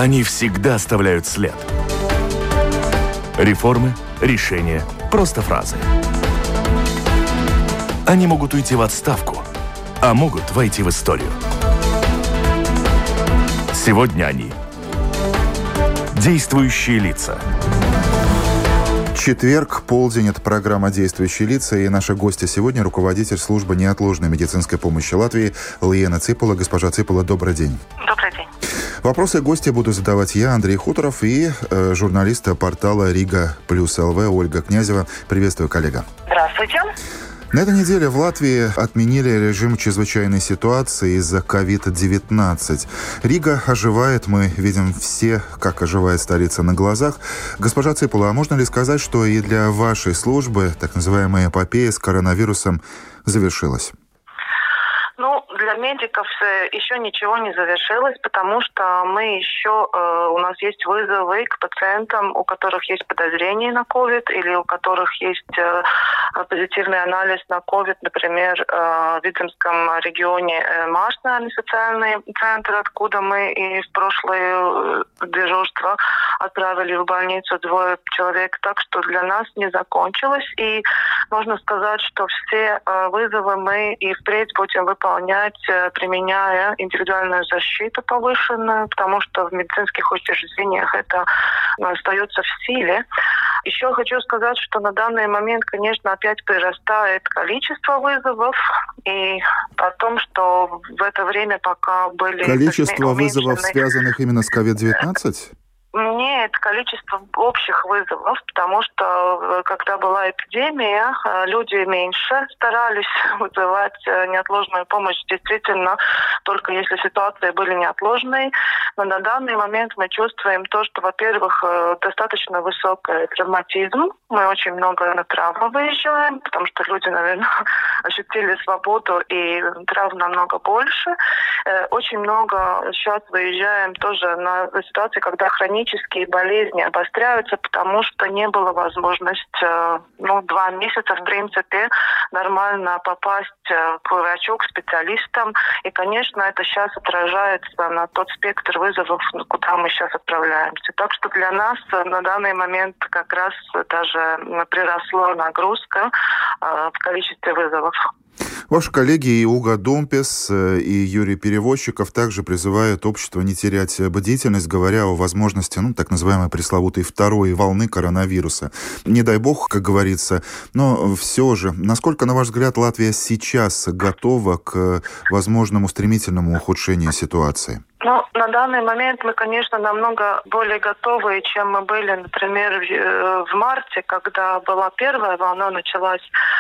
Они всегда оставляют след. Реформы, решения, просто фразы. Они могут уйти в отставку, а могут войти в историю. Сегодня они – действующие лица. Четверг, полдень. Это программа «Действующие лица». И наши гости сегодня – руководитель службы неотложной медицинской помощи Латвии Лиена Ципула. Госпожа Ципула, добрый день. Добрый день. Вопросы гостя буду задавать я, Андрей Хуторов, и журналист портала Рига Плюс ЛВ Ольга Князева. Приветствую, коллега. Здравствуйте. На этой неделе в Латвии отменили режим чрезвычайной ситуации из-за COVID-19. Рига оживает, мы видим все, как оживает столица на глазах. Госпожа Ципула, а можно ли сказать, что и для вашей службы так называемая эпопея с коронавирусом завершилась? Для медиков еще ничего не завершилось, потому что у нас есть вызовы к пациентам, у которых есть подозрение на COVID или у которых есть позитивный анализ на COVID, например, в Видземском регионе МАШ, социальный центр, откуда мы и в прошлое дежурство отправили в больницу 2 человек. Так что для нас не закончилось. И можно сказать, что все вызовы мы и впредь будем выполнять, применяя индивидуальную защиту повышенную, потому что в медицинских учреждениях это остается в силе. Еще хочу сказать, что на данный момент, конечно, опять прирастает количество вызовов, и о том, что в это время пока были... Количество вызовов, связанных именно с COVID-19? Нет, количество общих вызовов, потому что когда была эпидемия, люди меньше старались вызывать неотложную помощь, действительно, только если ситуации были неотложные. Но на данный момент мы чувствуем то, что, во-первых, достаточно высокий травматизм. Мы очень много на травму выезжаем, потому что люди, наверное, ощутили свободу, и травм намного больше. Очень много сейчас выезжаем тоже на ситуации, когда хронические болезни обостряются, потому что не было возможности 2 месяца, в принципе, нормально попасть к врачу, к специалистам. И, конечно, это сейчас отражается на тот спектр вызовов, куда мы сейчас отправляемся. Так что для нас на данный момент как раз даже приросла нагрузка в количестве вызовов. Ваши коллеги и Уго Домпес, и Юрий Перевозчиков также призывают общество не терять бдительность, говоря о возможности, так называемой пресловутой второй волны коронавируса. Не дай бог, как говорится, но все же, насколько, на ваш взгляд, Латвия сейчас готова к возможному стремительному ухудшению ситуации? На данный момент мы, конечно, намного более готовы, чем мы были, например, в марте, когда была первая волна, началась.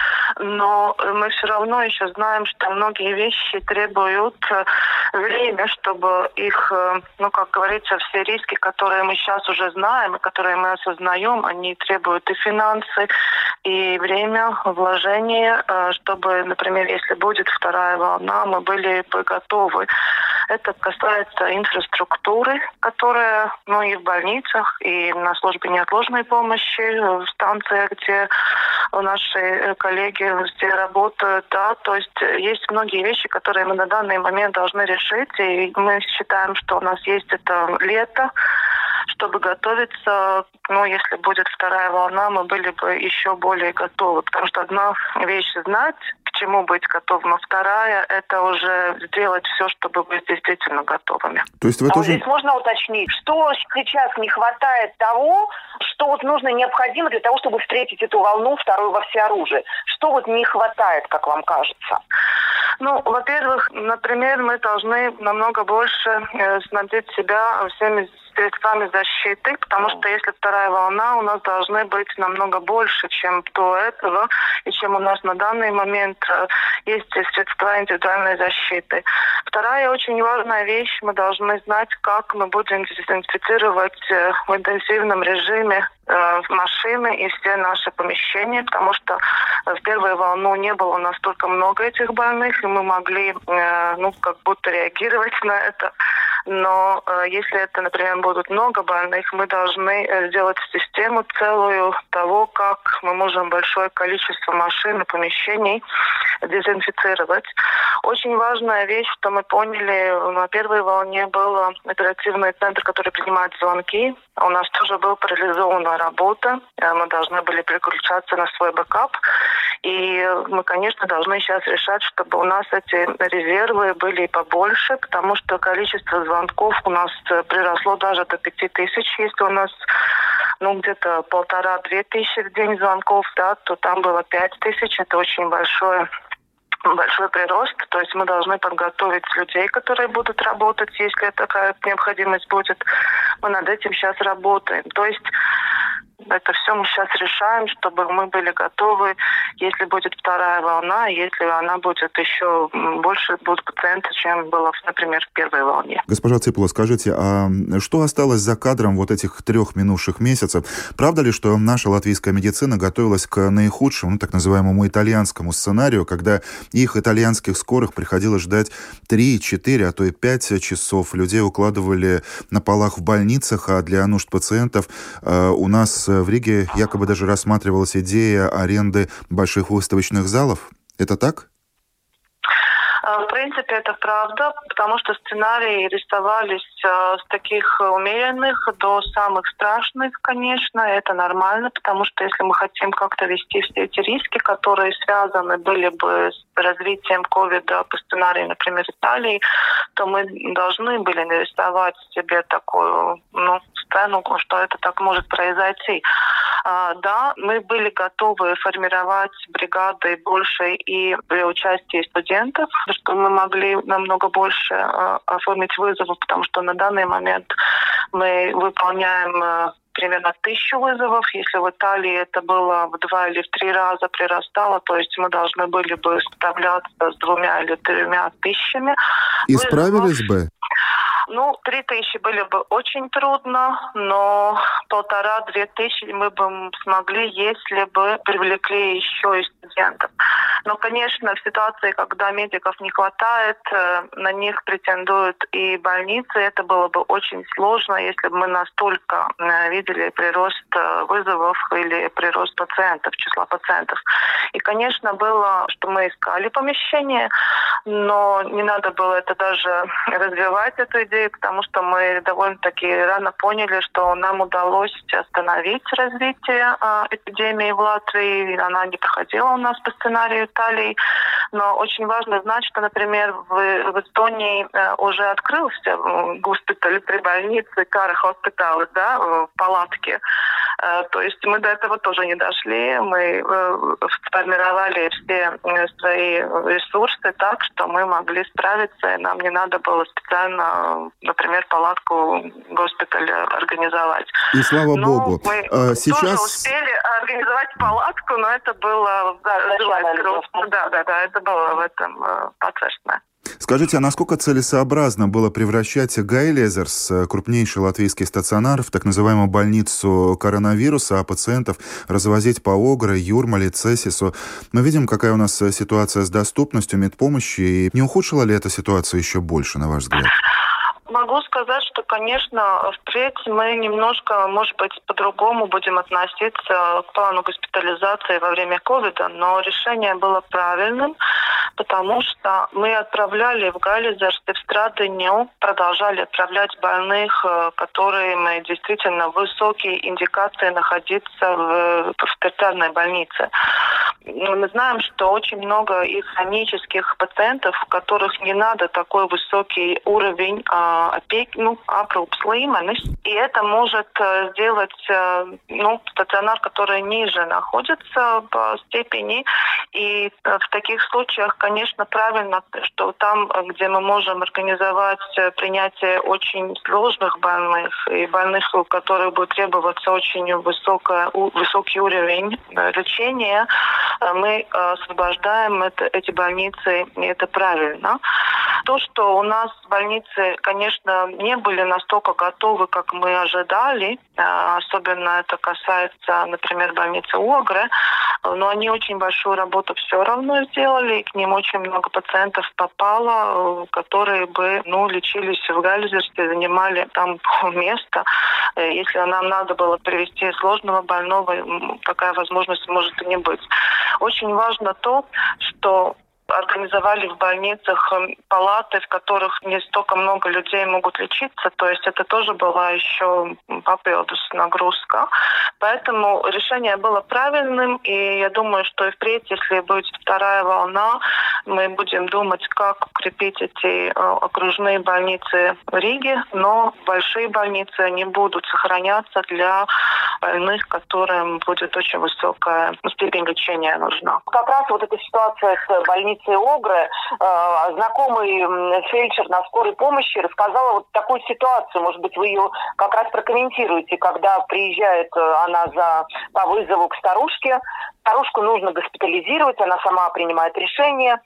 Но мы все равно еще знаем, что многие вещи требуют время, чтобы их, как говорится, все риски, которые мы сейчас уже знаем и которые мы осознаем, они требуют и финансы, и время, вложения, чтобы, например, если будет вторая волна, мы были бы готовы. Это касается инфраструктуры, которая, и в больницах, и на службе неотложной помощи, в станциях, где наши коллеги все работают, да, то есть есть многие вещи, которые мы на данный момент должны решить, и мы считаем, что у нас есть это лето, чтобы готовиться, если будет вторая волна, мы были бы еще более готовы. Потому что одна вещь знать, к чему быть готовым, а вторая – это уже сделать все, чтобы быть действительно готовыми. То есть вы тоже... Здесь можно уточнить, что сейчас не хватает того, что нужно, необходимо для того, чтобы встретить эту волну вторую во всеоружии? Что не хватает, как вам кажется? Во-первых, например, мы должны намного больше снабдить себя всеми средствами защиты, потому что если вторая волна, у нас должны быть намного больше, чем до этого, и чем у нас на данный момент есть средства индивидуальной защиты. Вторая очень важная вещь, мы должны знать, как мы будем дезинфицировать в интенсивном режиме машины и все наши помещения, потому что в первую волну не было настолько много этих больных, и мы могли, как будто реагировать на это Но если это, например, будут много больных, мы должны сделать систему целую того, как мы можем большое количество машин и помещений дезинфицировать. Очень важная вещь, что мы поняли, на первой волне был оперативный центр, который принимает звонки. У нас тоже была парализованная работа. Мы должны были переключаться на свой бэкап. И мы, конечно, должны сейчас решать, чтобы у нас эти резервы были побольше, потому что количество звонков у нас приросло даже до 5000. Если у нас где-то 1500-2000 в день звонков, да, то там было 5000. Это очень большой прирост. То есть мы должны подготовить людей, которые будут работать, если такая необходимость будет. Мы над этим сейчас работаем. То есть это все мы сейчас решаем, чтобы мы были готовы, если будет вторая волна, если она будет еще больше, будут пациенты, чем было, например, в первой волне. Госпожа Ципула, скажите, а что осталось за кадром вот этих 3 минувших месяцев? Правда ли, что наша латвийская медицина готовилась к наихудшему, так называемому итальянскому сценарию, когда их итальянских скорых приходилось ждать 3, 4, а то и 5 часов? Людей укладывали на полах в больницах, а для нужд пациентов у нас в Риге якобы даже рассматривалась идея аренды больших выставочных залов. Это так? В принципе, это правда, потому что сценарии рисовались с таких умеренных до самых страшных, конечно. Это нормально, потому что если мы хотим как-то вести все эти риски, которые связаны были бы с развитием ковида по сценарию, например, Италии, то мы должны были нарисовать себе такую сцену, что это так может произойти. Да, мы были готовы формировать бригады больше и при участии студентов, что мы могли намного больше оформить вызовы, потому что на данный момент мы выполняем примерно 1000 вызовов. Если в Италии это было в 2 или в 3 раза прирастало, то есть мы должны были бы справляться с 2 или 3 тысячами. И справились бы? 3000 были бы очень трудно, но 1500-2000 мы бы смогли, если бы привлекли еще и студентов. Но, конечно, в ситуации, когда медиков не хватает, на них претендуют и больницы. Это было бы очень сложно, если бы мы настолько видели прирост вызовов или прирост пациентов, числа пациентов. И, конечно, было, что мы искали помещение, но не надо было это даже развивать, эту идею, потому что мы довольно-таки рано поняли, что нам удалось остановить развитие эпидемии в Латвии. Она не проходила у нас по сценарию Италии. Но очень важно знать, что, например, в Эстонии уже открылся госпиталь при больнице, Кара-хоспитал, да, в палатке. То есть мы до этого тоже не дошли. Мы сформировали все свои ресурсы так, что мы могли справиться, и нам не надо было специально, например, палатку госпиталя организовать. И слава богу. Мы тоже успели организовать палатку, но это было... Да, это было в этом процессе. Скажите, а насколько целесообразно было превращать Гайлезерс, крупнейший латвийский стационар, в так называемую больницу коронавируса, а пациентов развозить по Огре, Юрмале, Цесису? Мы видим, какая у нас ситуация с доступностью медпомощи, и не ухудшила ли эта ситуация еще больше, на ваш взгляд? Могу сказать, что, конечно, впредь мы немножко, может быть, по-другому будем относиться к плану госпитализации во время ковида, но решение было правильным, потому что мы отправляли в Гайлезерс и в Страдыню, продолжали отправлять больных, которые имеют действительно высокие индикации находиться в терциарной больнице. Мы знаем, что очень много и хронических пациентов, у которых не надо такой высокий уровень опеки, aprūpes līmenis. И это может сделать стационар, который ниже находится по степени. И в таких случаях, конечно, правильно, что там, где мы можем организовать принятие очень сложных больных и больных, у которых будет требоваться очень высокий уровень лечения, мы освобождаем эти больницы, и это правильно. То, что у нас больницы, конечно, конечно, не были настолько готовы, как мы ожидали. Особенно это касается, например, больницы Огры. Но они очень большую работу все равно сделали, и к ним очень много пациентов попало, которые бы лечились в Гальзерсе, занимали там место. Если нам надо было привезти сложного больного, такая возможность может и не быть. Очень важно то, что организовали в больницах палаты, в которых не столько много людей могут лечиться. То есть это тоже была еще papildus нагрузка. Поэтому решение было правильным. И я думаю, что и впредь, если будет вторая волна, мы будем думать, как укрепить эти окружные больницы в Риге. Но большие больницы, они будут сохраняться для больных, которым будет очень высокая степень лечения нужна. Как раз вот эта ситуация с больницей Огры, знакомый фельдшер на скорой помощи рассказала вот такую ситуацию. Может быть, вы ее как раз прокомментируете, когда приезжает она по вызову к старушке. Старушку нужно госпитализировать, она сама принимает решение.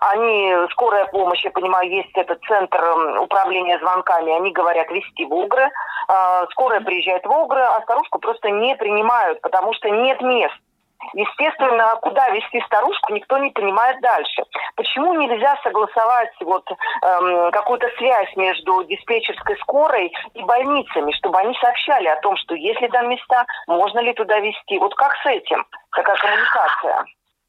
Скорая помощь, я понимаю, есть этот центр управления звонками, они говорят везти в Огры. Скорая приезжает в Огры, а старушку просто не принимают, потому что нет мест. Естественно, куда везти старушку, никто не понимает дальше. Почему нельзя согласовать какую-то связь между диспетчерской скорой и больницами, чтобы они сообщали о том, что если там места, можно ли туда везти? Вот как с этим? Такая коммуникация.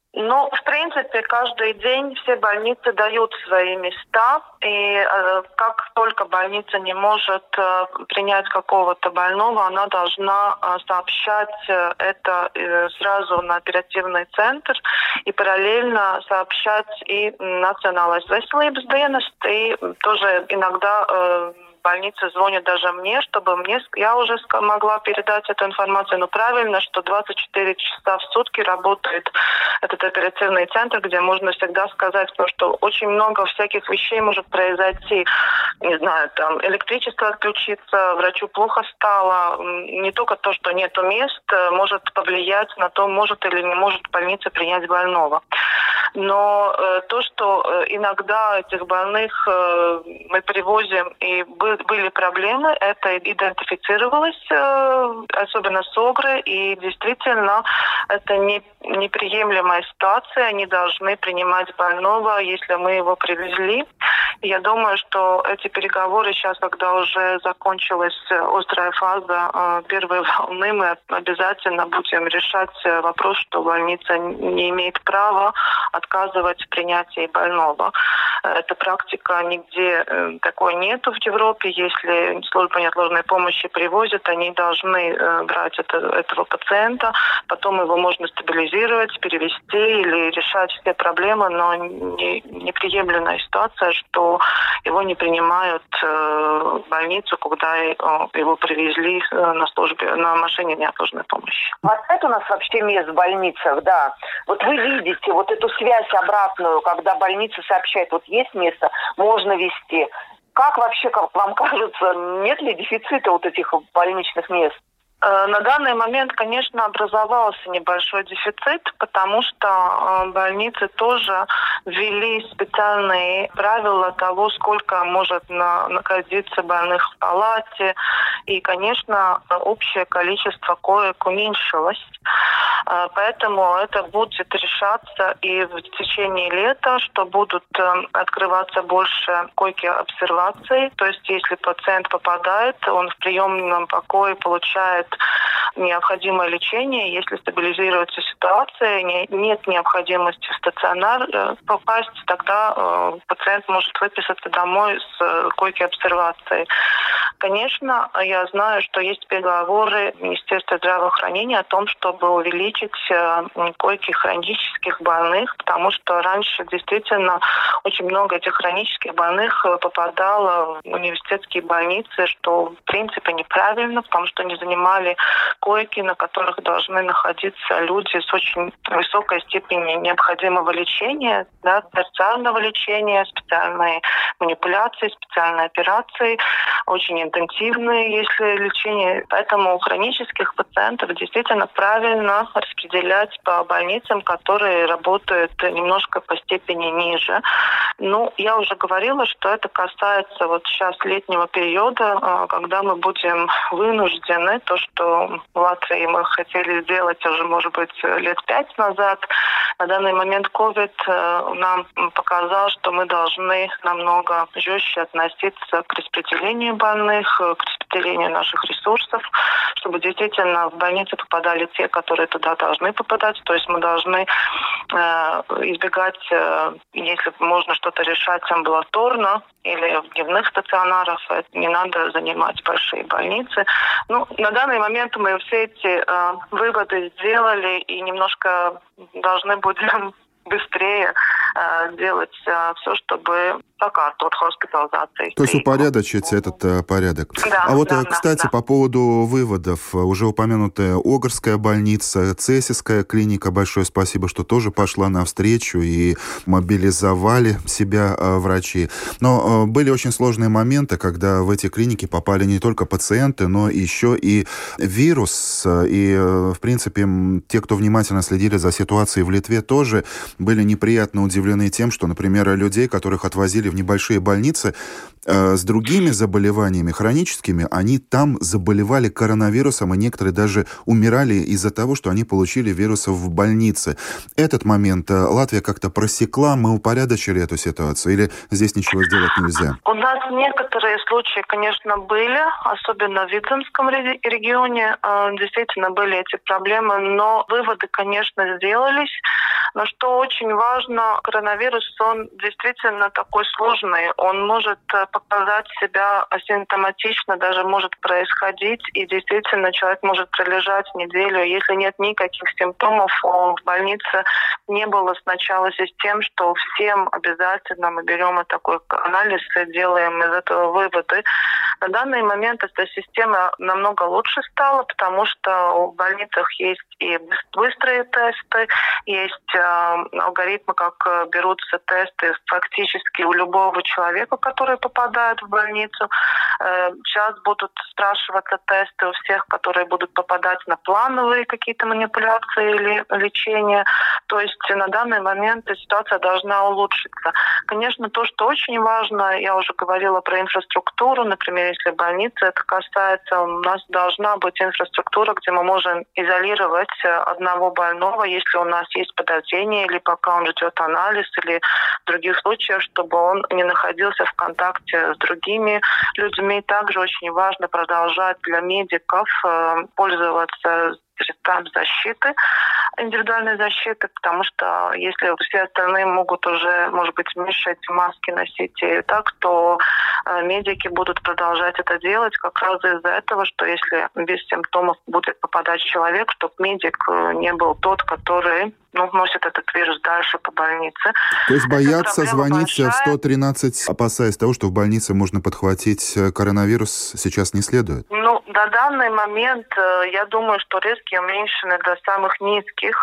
В принципе, каждый день все больницы дают свои места, и как только больница не может принять какого-то больного, она должна сообщать это сразу на оперативный центр и параллельно сообщать и Национālais veselības dienests, и тоже иногда больницы звонят даже мне, чтобы я уже могла передать эту информацию. Но правильно, что 24 часа в сутки работает этот оперативный центр, где можно всегда сказать, потому что очень много всяких вещей может произойти. Не знаю, там электричество отключится, врачу плохо стало. Не только то, что нету мест, может повлиять на то, может или не может больница принять больного. Но то, что иногда этих больных мы привозим, и были проблемы, это идентифицировалось, особенно с Огры, и действительно это неприемлемая ситуация, они должны принимать больного, если мы его привезли. И я думаю, что эти переговоры сейчас, когда уже закончилась острая фаза первой волны, мы обязательно будем решать вопрос, что больница не имеет права отказывать в принятии больного. Эта практика нигде такой нету в Европе. Если служба неотложной помощи привозят, они должны брать этого пациента, потом его можно стабилизировать, перевести или решать все проблемы, но неприемлемая ситуация, что его не принимают в больницу, когда его привезли на машине неотложной помощи. Хватает у нас вообще мест в больницах, да. Вот вы видите вот эту связь обратную, когда больница сообщает, вот есть место, можно везти. Как вообще, как вам кажется, нет ли дефицита вот этих больничных мест? На данный момент, конечно, образовался небольшой дефицит, потому что больницы тоже ввели специальные правила того, сколько может находиться больных в палате. И, конечно, общее количество коек уменьшилось. Поэтому это будет решаться и в течение лета, что будут открываться больше койки обсервации. То есть, если пациент попадает, он в приемном покое получает необходимое лечение. Если стабилизируется ситуация, нет необходимости в стационар попасть, тогда пациент может выписаться домой с койки обсервации. Конечно, я знаю, что есть переговоры в Министерстве здравоохранения о том, чтобы увеличить койки хронических больных, потому что раньше действительно очень много этих хронических больных попадало в университетские больницы, что в принципе неправильно, потому что они занимали койки, на которых должны находиться люди с очень высокой степенью необходимого лечения, терциарного лечения, специальные манипуляции, специальные операции. очень интенсивные, если лечение. Поэтому у хронических пациентов действительно правильно распределять по больницам, которые работают немножко по степени ниже. Ну, я уже говорила, что это касается вот сейчас летнего периода, когда мы будем вынуждены, то, что в Латвии мы хотели сделать уже, может быть, лет 5 назад, на данный момент COVID нам показал, что мы должны намного жестче относиться к распределению больных, к распределению наших ресурсов, чтобы действительно в больницы попадали те, которые туда должны попадать. То есть мы должны избегать, если можно что-то решать амбулаторно или в дневных стационарах, не надо занимать большие больницы. Ну, на данный момент мы все эти выводы сделали и немножко должны будем быстрее делать все, чтобы от госпитализации. То есть упорядочить этот порядок. Да, а вот, да, кстати, да. по поводу выводов. Уже упомянутая Огрская больница, Цесиская клиника, большое спасибо, что тоже пошла навстречу и мобилизовали себя врачи. Но были очень сложные моменты, когда в эти клиники попали не только пациенты, но еще и вирус. И, в принципе, те, кто внимательно следили за ситуацией в Литве, тоже были неприятно удивлены тем, что, например, людей, которых отвозили в небольшие больницы с другими заболеваниями хроническими, они там заболевали коронавирусом, и некоторые даже умирали из-за того, что они получили вирус в больнице. Этот момент Латвия как-то просекла, мы упорядочили эту ситуацию, или здесь ничего сделать нельзя? У нас некоторые случаи, конечно, были, особенно в Видземском регионе, действительно были эти проблемы, но выводы, конечно, сделались. Но что очень важно, коронавирус, он действительно такой сложный. Он может показать себя асимптоматично, даже может происходить. И действительно человек может пролежать неделю. Если нет никаких симптомов, в больнице не было сначала систем, что всем обязательно мы берем такой анализ и делаем из этого выводы. На данный момент эта система намного лучше стала, потому что в больницах есть и быстрые тесты, есть алгоритмы, как берутся тесты фактически у любого человека, который попадает в больницу. Сейчас будут спрашиваться тесты у всех, которые будут попадать на плановые какие-то манипуляции или лечения. То есть на данный момент ситуация должна улучшиться. Конечно, то, что очень важно, я уже говорила про инфраструктуру, например, если больница это касается, у нас должна быть инфраструктура, где мы можем изолировать одного больного, если у нас есть подозрение, или пока он ждет анализ, или в других случаях, чтобы он не находился в контакте с другими людьми. Также очень важно продолжать для медиков пользоваться средствами защиты, индивидуальной защиты, потому что если все остальные могут уже, может быть, меньше эти маски носить и так, то медики будут продолжать это делать как раз из-за этого, что если без симптомов будет попадать человек, чтобы медик не был тот, который носит этот вирус дальше по больнице. То есть бояться звонить в 113, опасаясь того, что в больнице можно подхватить коронавирус, сейчас не следует? На данный момент, я думаю, что риски уменьшены до самых низких.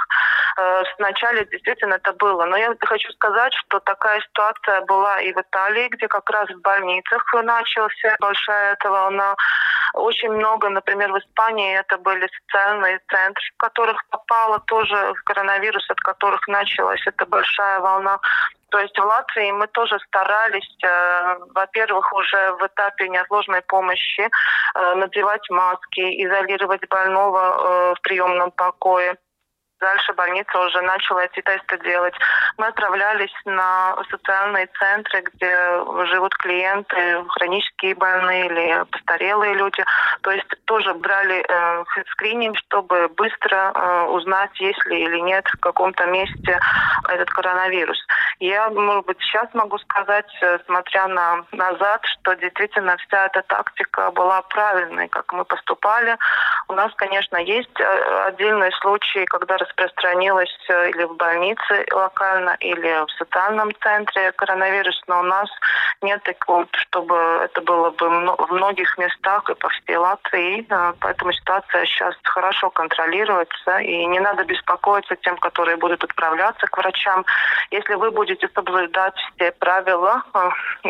Вначале действительно это было. Но я хочу сказать, что такая ситуация была и в Италии, где как раз в больницах началась большая эта волна. Очень много, например, в Испании это были социальные центры, в которых попало тоже коронавирус, от которых началась эта большая волна. То есть в Латвии мы тоже старались, во-первых, уже в этапе неотложной помощи надевать маски, изолировать больного в приемном покое. Дальше больница уже начала эти тесты делать. Мы отправлялись на социальные центры, где живут клиенты, хронические больные или постарелые люди. То есть тоже брали скрининг, чтобы быстро узнать, есть ли или нет в каком-то месте этот коронавирус. Я, может быть, сейчас могу сказать, смотря назад, что действительно вся эта тактика была правильной, как мы поступали. У нас, конечно, есть отдельные случаи, когда распространилось или в больнице локально, или в социальном центре коронавирус, но у нас нет такого, чтобы это было бы в многих местах и по всей Латвии. Поэтому ситуация сейчас хорошо контролируется, и не надо беспокоиться тем, которые будут отправляться к врачам. Если вы будете соблюдать все правила,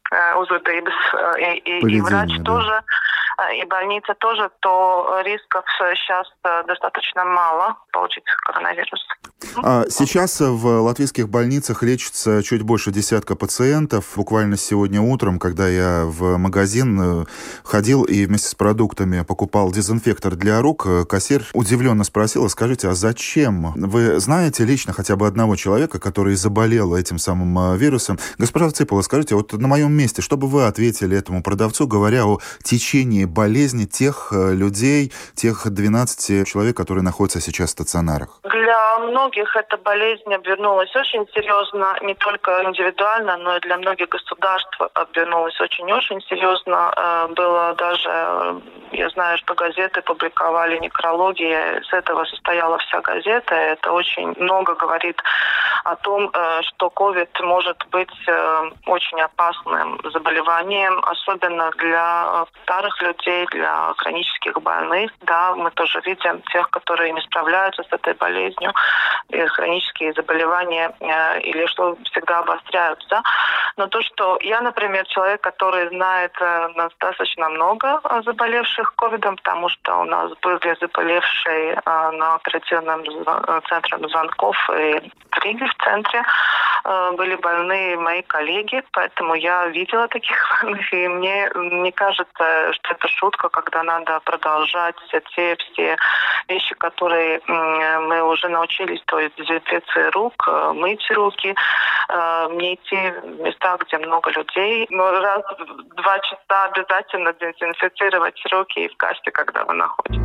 и врач тоже, и больница тоже, то рисков сейчас достаточно мало получить коронавирус. Сейчас в латвийских больницах лечится чуть больше десятка пациентов. Буквально сегодня утром, когда я в магазин ходил и вместе с продуктами покупал дезинфектор для рук, кассир удивленно спросила: скажите, а зачем? Вы знаете лично хотя бы одного человека, который заболел этим самым вирусом? Госпожа Ципула, скажите, вот на моем месте, что бы вы ответили этому продавцу, говоря о течении болезни тех людей, тех 12 человек, которые находятся сейчас в стационарах? Для многих эта болезнь обернулась очень серьезно, не только индивидуально, но и для многих государств обернулась очень-очень серьезно. Было даже, я знаю, что газеты публиковали некрологии, с этого состояла вся газета. Это очень много говорит о том, что COVID может быть очень опасным заболеванием, особенно для старых людей, для хронических больных. Да, мы тоже видим тех, которые не справляются с этой болезнью, и хронические заболевания или что всегда обостряются. Но то, что я, например, человек, который знает достаточно много заболевших ковидом, потому что у нас были заболевшие на оперативном центре звонков и в Риге в центре, были больные мои коллеги, поэтому я видела таких больных, и мне не кажется, что это шутка, когда надо продолжать те все вещи, которые мы уже научились, то есть дезинфекция рук, мыть руки, не идти в места, где много людей. Но раз в 2 часа обязательно дезинфицировать руки и в кассе, когда вы находитесь.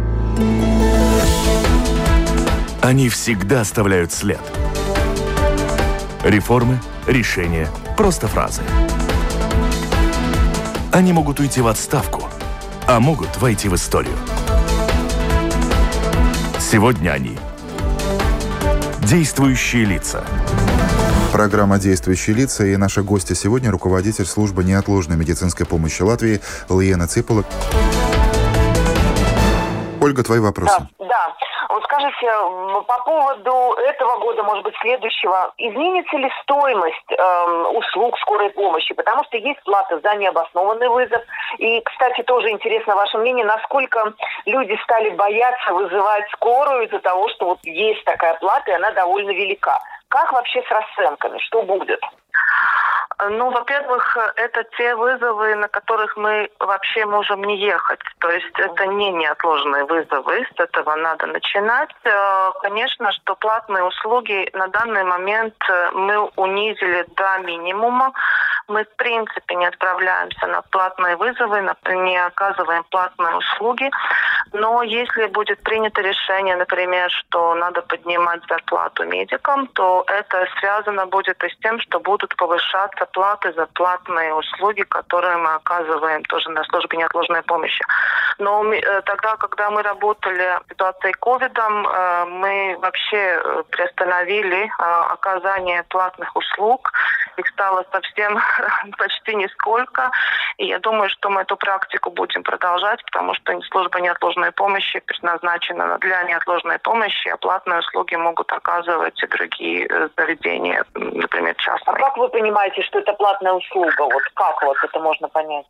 Они всегда оставляют след. Реформы, решения, просто фразы. Они могут уйти в отставку, а могут войти в историю. Сегодня они действующие лица. Программа «Действующие лица», и наша гостья сегодня — руководитель службы неотложной медицинской помощи Латвии Лиена Ципула. Ольга, твои вопросы. Да. Вот скажите, по поводу этого года, может быть, следующего, изменится ли стоимость услуг скорой помощи? Потому что есть плата за необоснованный вызов. И, кстати, тоже интересно ваше мнение, насколько люди стали бояться вызывать скорую из-за того, что вот есть такая плата, и она довольно велика. Как вообще с расценками? Что будет? Ну, во-первых, это те вызовы, на которых мы вообще можем не ехать. То есть это не неотложные вызовы, с этого надо начинать. Конечно, что платные услуги на данный момент мы унизили до минимума. Мы, в принципе, не отправляемся на платные вызовы, не оказываем платные услуги. Но если будет принято решение, например, что надо поднимать зарплату медикам, то это связано будет и с тем, что будут повышаться платы за платные услуги, которые мы оказываем тоже на службе неотложной помощи. Но тогда, когда мы работали в ситуации ковидом, мы вообще приостановили оказание платных услуг. Их стало совсем почти нисколько. И я думаю, что мы эту практику будем продолжать, потому что служба неотложной помощи предназначена для неотложной помощи, а платные услуги могут оказывать и другие заведения, например, частные. А как вы понимаете, что это платная услуга? Вот как вот это можно понять?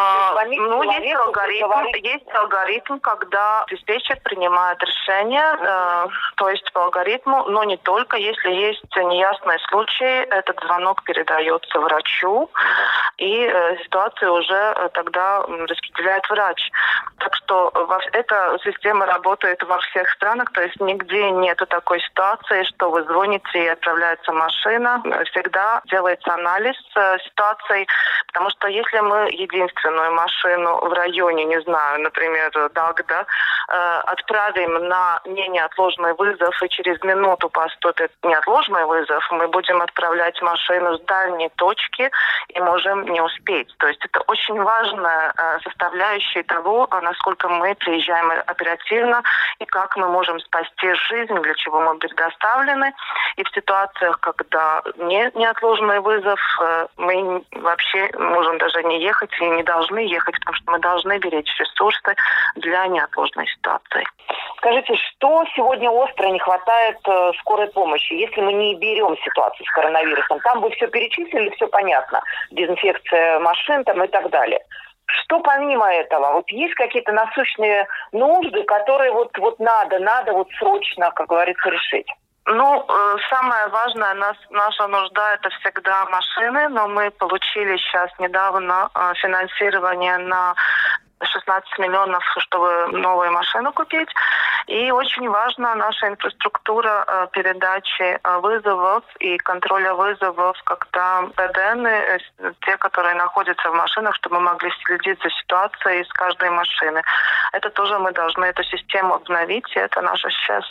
Есть алгоритм, когда диспетчер принимает решение, то есть по алгоритму, но не только. Если есть неясные случаи, этот звонок передается врачу, и ситуацию уже тогда распределяет врач. Так что эта система работает во всех странах, то есть нигде нету такой ситуации, что вы звоните и отправляется машина. Всегда делается анализ ситуации, потому что если мы единственную машину в районе, не знаю, например, Дагда, отправим на неотложный вызов, и через минуту поступит неотложный вызов, мы будем отправлять машину с дальней точки и можем не успеть. То есть это очень важная составляющая того, насколько мы приезжаем оперативно и как мы можем спасти жизнь, для чего мы предоставлены. И в ситуациях, когда неотложный вызов, мы вообще можем даже не ехать и не должны ехать, потому что мы должны беречь ресурсы. ресурсы для неотложной ситуации. Скажите, что сегодня остро не хватает скорой помощи, если мы не берем ситуацию с коронавирусом? Там вы все перечислили, все понятно. Дезинфекция машин там и так далее. Что помимо этого? Вот есть какие-то насущные нужды, которые вот надо вот срочно, как говорится, решить? Самое важное, наша нужда – это всегда машины, но мы получили сейчас недавно финансирование на 16 миллионов, чтобы новые машины купить. И очень важна наша инфраструктура передачи вызовов и контроля вызовов, когда ПДН, те, которые находятся в машинах, чтобы мы могли следить за ситуацией с каждой машины. Это тоже мы должны эту систему обновить. И это наше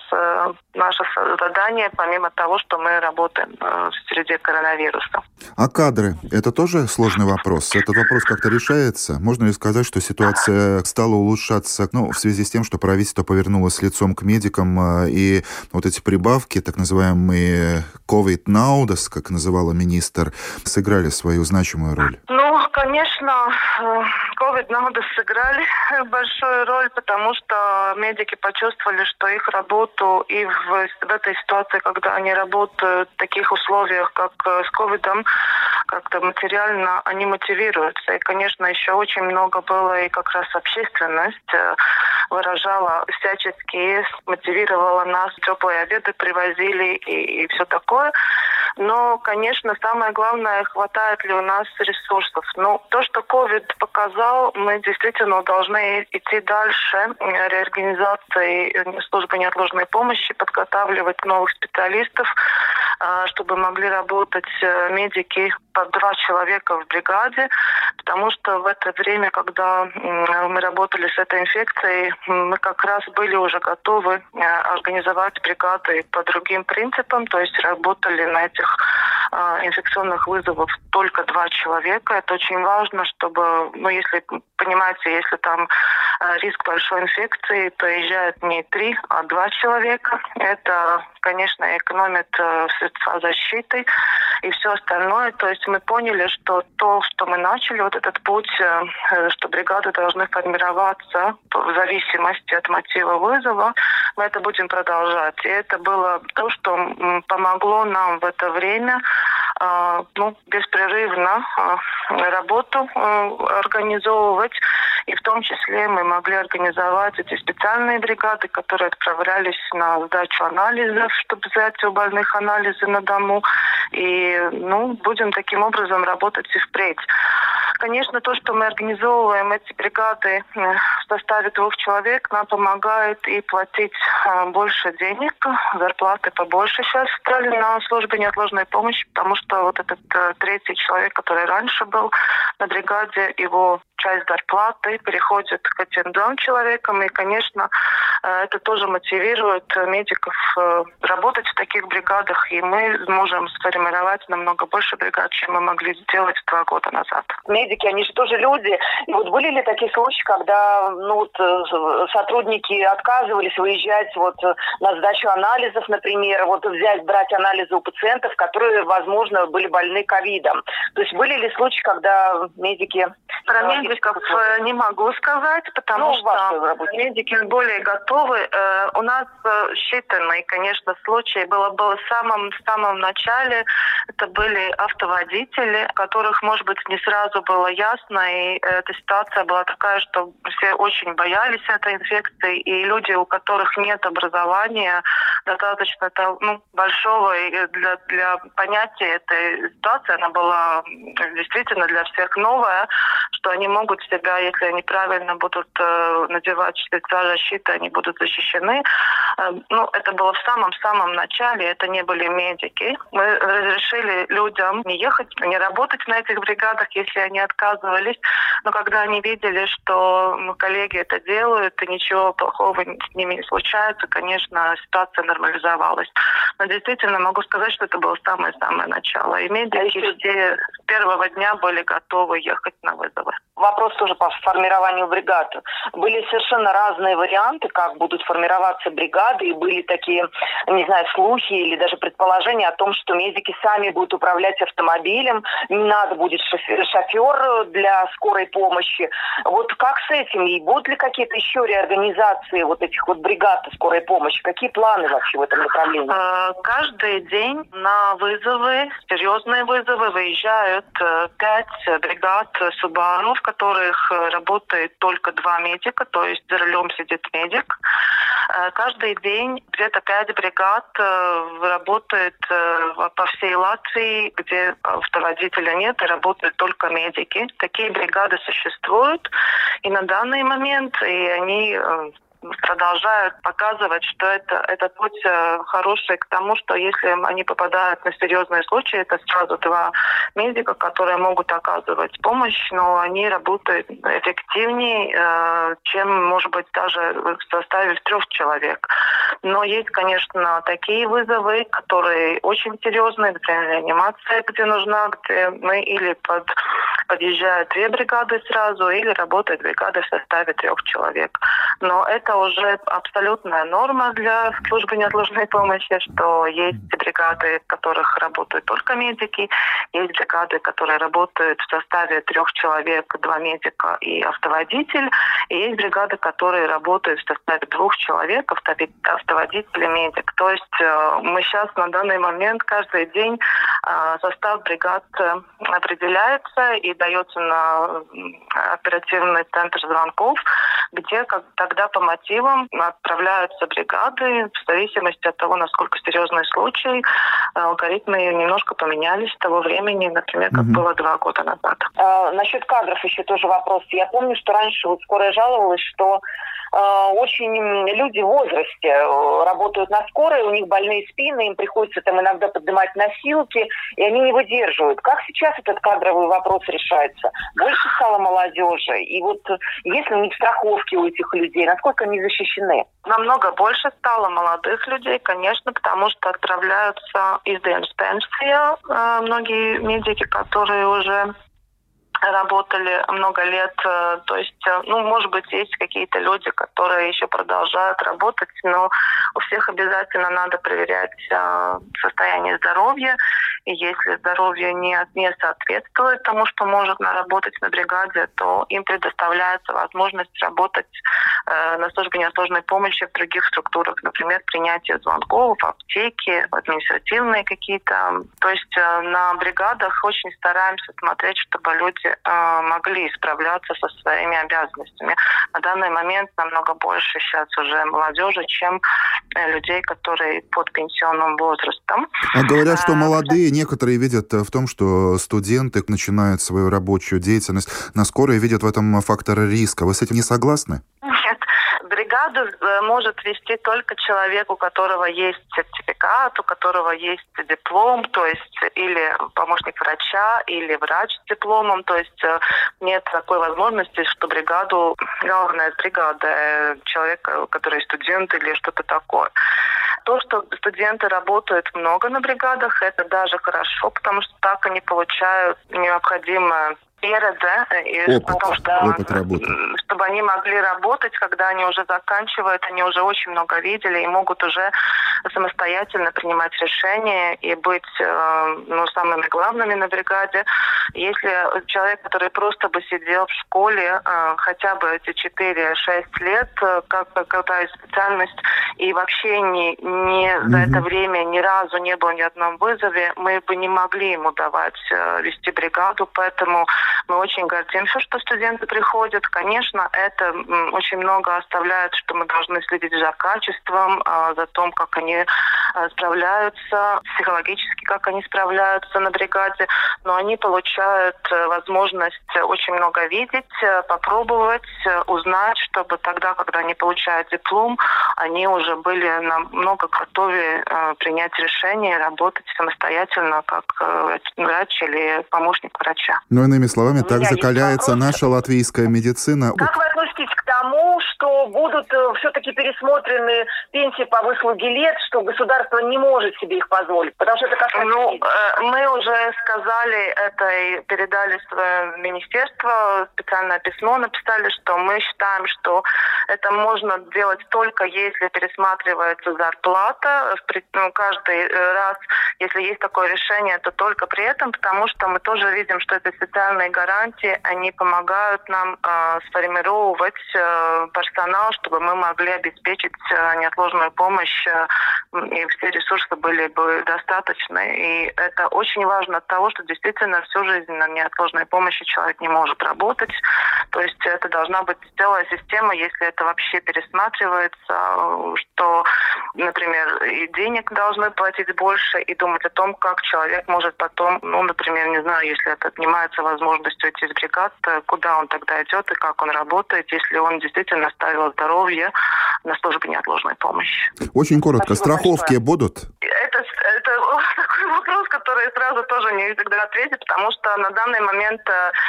задание, помимо того, что мы работаем в среде коронавируса. А кадры – это тоже сложный вопрос? Этот вопрос как-то решается? Можно ли сказать, что ситуация стала улучшаться, в связи с тем, что правительство повернулось лицом к медикам, и вот эти прибавки, так называемые COVID nowdас, как называла министр, сыграли свою значимую роль? Конечно, COVID nowdас сыграли большую роль, потому что медики почувствовали, что их работу и в этой ситуации, когда они работают в таких условиях, как с ковидом, как-то материально они мотивируются. И, конечно, еще очень много было, и как раз общественность выражала всячески, мотивировала нас, теплые обеды привозили и все такое. Но, конечно, самое главное, хватает ли у нас ресурсов. То, что COVID показал, мы действительно должны идти дальше. Реорганизации службы неотложной помощи, подготавливать новых специалистов, чтобы могли работать медики по 2 человека в бригаде, потому что в это время, когда мы работали с этой инфекцией, мы как раз были уже готовы организовать бригады по другим принципам, то есть работали на этих инфекционных вызовов только 2 человека. Это очень важно, чтобы, если понимаете, если там риск большой инфекции, то езжают не 3, а 2 человека. Это, конечно, экономит средства защиты и все остальное. То есть мы поняли, что то, что мы начали, вот этот путь, что бригады должны формироваться в зависимости от мотива вызова, мы это будем продолжать. И это было то, что помогло нам в это время беспрерывно работу организовывать. И в том числе мы могли организовать эти специальные бригады, которые отправлялись на сдачу анализов, чтобы взять у больных анализы на дому. И будем таким образом работать и впредь. Конечно, то, что мы организовываем эти бригады в составе 2 человек, нам помогает и платить больше денег, зарплаты побольше сейчас стали на службе неотложной помощи, потому что вот этот 3-й человек, который раньше был на бригаде, его часть зарплаты переходит к этим 2 человекам, и, конечно, это тоже мотивирует медиков работать в таких бригадах, и мы можем сформировать намного больше бригад, чем мы могли сделать 2 года назад. Медики, они же тоже люди. И вот были ли такие случаи, когда сотрудники отказывались выезжать на сдачу анализов, например, брать анализы у пациентов, которые, возможно, были больны ковидом? То есть были ли случаи, когда медики... Про медиков не могу сказать, потому что медики более готовы. У нас считанные, конечно, случаи было в самом начале. Это были автоводители, которых, может быть, не сразу было ясно, и эта ситуация была такая, что все очень боялись этой инфекции, и люди, у которых нет образования, достаточно большого для понятия этой ситуации, она была действительно для всех новая, что они могут себя, если они правильно будут надевать средства защиты, они будут защищены. Это было в самом начале, это не были медики. Мы разрешили людям не ехать, не работать на этих бригадах, если они отказывались. Но когда они видели, что коллеги это делают, и ничего плохого с ними не случается, конечно, ситуация нормализовалась. Но действительно могу сказать, что это было самое-самое начало. И медики все с первого дня были готовы ехать на вызовы. Во вопрос тоже по формированию бригад. Были совершенно разные варианты, как будут формироваться бригады, и были такие, не знаю, слухи или даже предположения о том, что медики сами будут управлять автомобилем, не надо будет шофер для скорой помощи. Вот как с этим? И будут ли какие-то еще реорганизации вот этих вот бригад скорой помощи? Какие планы вообще в этом направлении? Каждый день на вызовы, серьезные вызовы, выезжают 5 бригад Subaru, в которых работает только 2 медика, то есть за рулем сидит медик. Каждый день где-то 5 бригад работает по всей Латвии, где автоводителя нет и работают только медики. Такие бригады существуют и на данный момент, и они продолжают показывать, что это путь хороший к тому, что если они попадают на серьезные случаи, это сразу 2 медика, которые могут оказывать помощь, но они работают эффективнее, чем, может быть, даже в составе 3 человек. Но есть, конечно, такие вызовы, которые очень серьезные, например, реанимация, где нужна, где мы или подъезжают 2 бригады сразу, или работает бригада в составе 3 человек. Но это уже абсолютная норма для службы неотложной помощи, что есть бригады, в которых работают только медики, есть бригады, которые работают в составе 3 человек, 2 медика и автоводитель, и есть бригады, которые работают в составе 2 человек, автоводитель и медик. То есть мы сейчас на данный момент каждый день состав бригад определяется и дается на оперативный центр звонков, где тогда по мотивам отправляются бригады в зависимости от того, насколько серьезный случай. Алгоритмы немножко поменялись с того времени, например, как было 2 года назад. Насчет кадров еще тоже вопрос. Я помню, что раньше вот скорая жаловалась, что очень люди в возрасте работают на скорой, у них больные спины, им приходится там иногда поднимать носилки, и они не выдерживают. Как сейчас этот кадровый вопрос решается? Больше стало молодежи, и вот есть ли у них страховки у этих людей, насколько они защищены? Намного больше стало молодых людей, конечно, потому что отправляются из пенсии многие медики, которые уже работали много лет, то есть, может быть, есть какие-то люди, которые еще продолжают работать, но у всех обязательно надо проверять состояние здоровья, и если здоровье не соответствует тому, что может наработать на бригаде, то им предоставляется возможность работать на службе неотложной помощи в других структурах, например, принятие звонков, аптеки, административные какие-то. То есть на бригадах очень стараемся смотреть, чтобы люди могли справляться со своими обязанностями. На данный момент намного больше сейчас уже молодежи, чем людей, которые под пенсионным возрастом. А говорят, что молодые некоторые видят в том, что студенты начинают свою рабочую деятельность на скорой, видят в этом фактор риска. Вы с этим не согласны? Нет. Бригаду может вести только человек, у которого есть сертификат, у которого есть диплом, то есть или помощник врача, или врач с дипломом. То есть нет такой возможности, что главная бригада, человек, который студент или что-то такое. То, что студенты работают много на бригадах, это даже хорошо, потому что так они получают необходимое опыт работы. Чтобы они могли работать, когда они уже заканчивают, они уже очень много видели и могут уже самостоятельно принимать решения и быть самыми главными на бригаде. Если человек, который просто бы сидел в школе хотя бы эти 4-6 лет, какая специальность, и вообще за это время ни разу не был ни в одном вызове, мы бы не могли ему давать вести бригаду, поэтому мы очень гордимся, что студенты приходят. Конечно, это очень много оставляет, что мы должны следить за качеством, за том, как они справляются, психологически, как они справляются на бригаде. Но они получают возможность очень много видеть, попробовать, узнать, чтобы тогда, когда они получают диплом, они уже были намного готовы принять решение, работать самостоятельно, как врач или помощник врача. Но иными словами, так закаляется наша латвийская медицина. Как вы относитесь к тому, что будут все-таки пересмотрены пенсии по выслуге лет, что государство не может себе их позволить? Потому что это касается... Мы уже сказали это и передали в свое министерство, специальное письмо написали, что мы считаем, что это можно делать только если пересматривается зарплата. Каждый раз, если есть такое решение, то только при этом, потому что мы тоже видим, что эти социальные гарантии, они помогают нам сформировать персонал, чтобы мы могли обеспечить неотложную помощь, и все ресурсы были бы достаточны. И это очень важно от того, что действительно всю жизнь на неотложной помощи человек не может работать. То есть это должна быть целая система, если это вообще пересматривается, что, например, и денег должны платить больше, и думать о том, как человек может потом, например, не знаю, если это отнимается возможность уйти из бригад, куда он тогда идет и как он работает, если он действительно ставил здоровье на службе неотложной помощи. Очень коротко. Спасибо Страховки большое. Будут? Это такой вопрос, который сразу тоже не всегда ответить, потому что на данный момент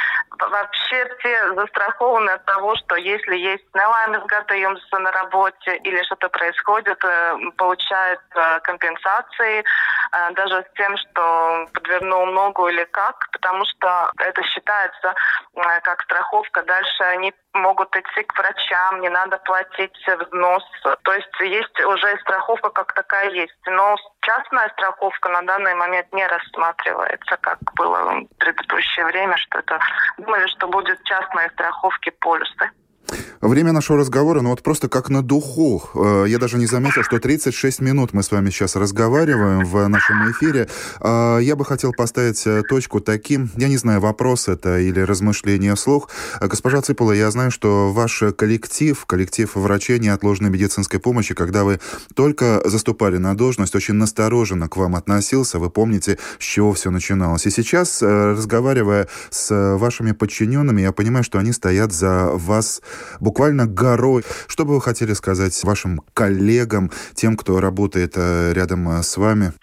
вообще все застрахованы от того, что если есть нелаймес gadījums на работе или что-то происходит, получают компенсации, даже с тем, что подвернул ногу или как, потому что это считается как страховка. Дальше они могут идти к врачам, не надо платить взнос. То есть есть уже страховка как такая есть. Но частная страховка на данный момент не рассматривается, как было в предыдущее время, что это думали, что будут частные страховки полюсы. Время нашего разговора, просто как на духу. Я даже не заметил, что 36 минут мы с вами сейчас разговариваем в нашем эфире. Я бы хотел поставить точку таким, я не знаю, вопрос это или размышление вслух. Госпожа Ципула, я знаю, что ваш коллектив врачей неотложной медицинской помощи, когда вы только заступали на должность, очень настороженно к вам относился. Вы помните, с чего все начиналось. И сейчас, разговаривая с вашими подчиненными, я понимаю, что они стоят за вас буквально горой. Что бы вы хотели сказать вашим коллегам, тем, кто работает рядом с вами?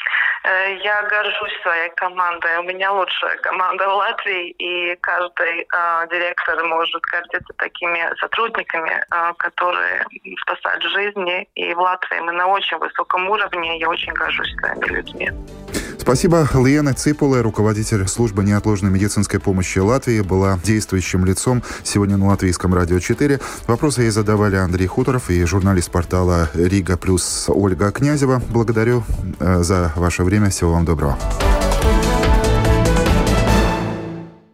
Я горжусь своей командой. У меня лучшая команда в Латвии, и каждый директор может гордиться такими сотрудниками, которые спасают жизни. И в Латвии мы на очень высоком уровне. Я очень горжусь своими людьми. Спасибо. Лиена Ципула, руководитель службы неотложной медицинской помощи Латвии, была действующим лицом сегодня на Латвийском радио 4. Вопросы ей задавали Андрей Хуторов и журналист портала Рига Плюс Ольга Князева. Благодарю за ваше время. Всего вам доброго.